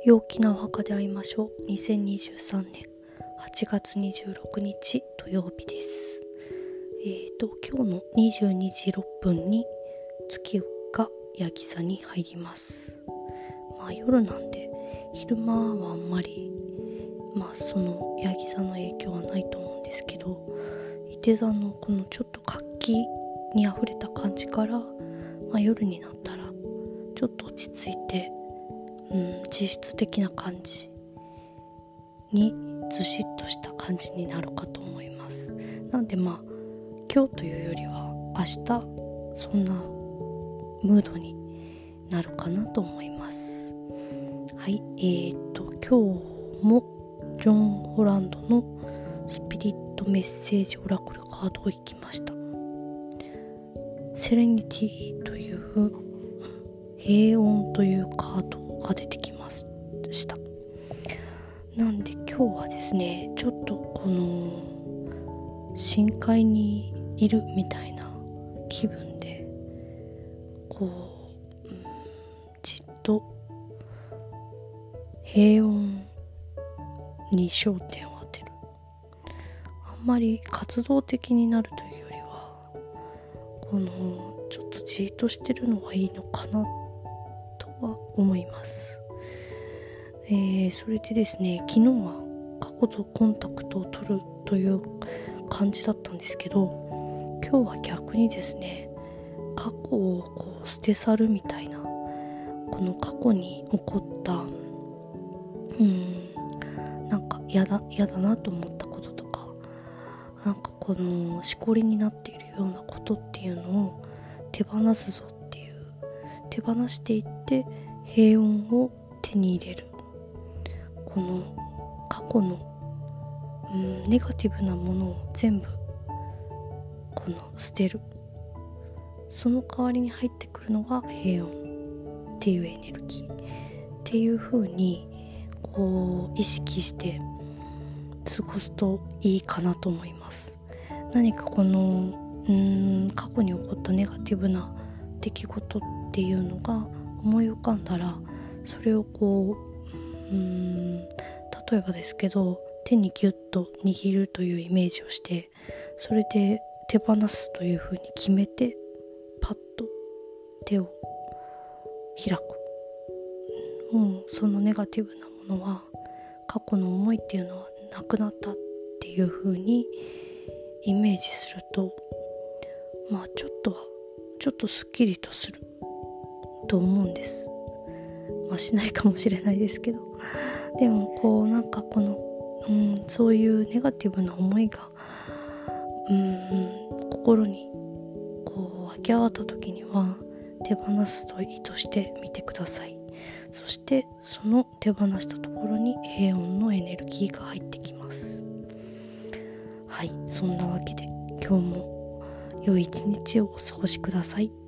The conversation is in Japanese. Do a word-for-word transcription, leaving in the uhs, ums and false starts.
陽気なお墓で会いましょう。にせんにじゅうさんねんはちがつにじゅうろくにち土曜日です。えーと今日のにじゅうにじろっぷんに月がヤギ座に入ります。まあ夜なんで昼間はあんまりまあそのヤギ座の影響はないと思うんですけど、いて座のこのちょっと活気にあふれた感じから、まあ、夜になったらちょっと落ち着いて、うん、実質的な感じにずしっとした感じになるかと思います。なんでまあ今日というよりは明日そんなムードになるかなと思います。はい、えーと今日もジョン・ホランドのスピリットメッセージオラクルカードを引きました。セレニティという平穏というカードが出てきました。なんで今日はですね、ちょっとこの深海にいるみたいな気分でこう、うん、じっと平穏に焦点を当てる。あんまり活動的になるというよりはこのちょっとじっとしてるのがいいのかなとは思います。えー、それでですね、昨日は過去とコンタクトを取るという感じだったんですけど、今日は逆にですね、過去をこう捨て去るみたいな、この過去に起こったうんなんか嫌だ嫌だなと思ったこととか、なんかこのしこりになっているようなことっていうのを手放すぞっていう、手放していって平穏を手に入れる、この過去の、うん、ネガティブなものを全部この捨てる、その代わりに入ってくるのが平穏っていうエネルギーっていう風にこう意識して過ごすといいかなと思います。何かこのうーん過去に起こったネガティブな出来事っていうのが思い浮かんだら、それをこううーん例えばですけど手にギュッと握るというイメージをして、それで手放すというふうに決めてパッと手を開く。もうそのネガティブなものは、過去の思いっていうのはなくなったっていう風にイメージすると、まあちょっとはちょっとスッキリとすると思うんです。まあしないかもしれないですけど、でもこうなんかこの、うん、そういうネガティブな思いがうん、心にこう湧き上がった時には手放すといいとしてみてください。そしてその手放したところに平穏のエネルギーが入ってきます。はい、そんなわけで今日も良い一日をお過ごしください。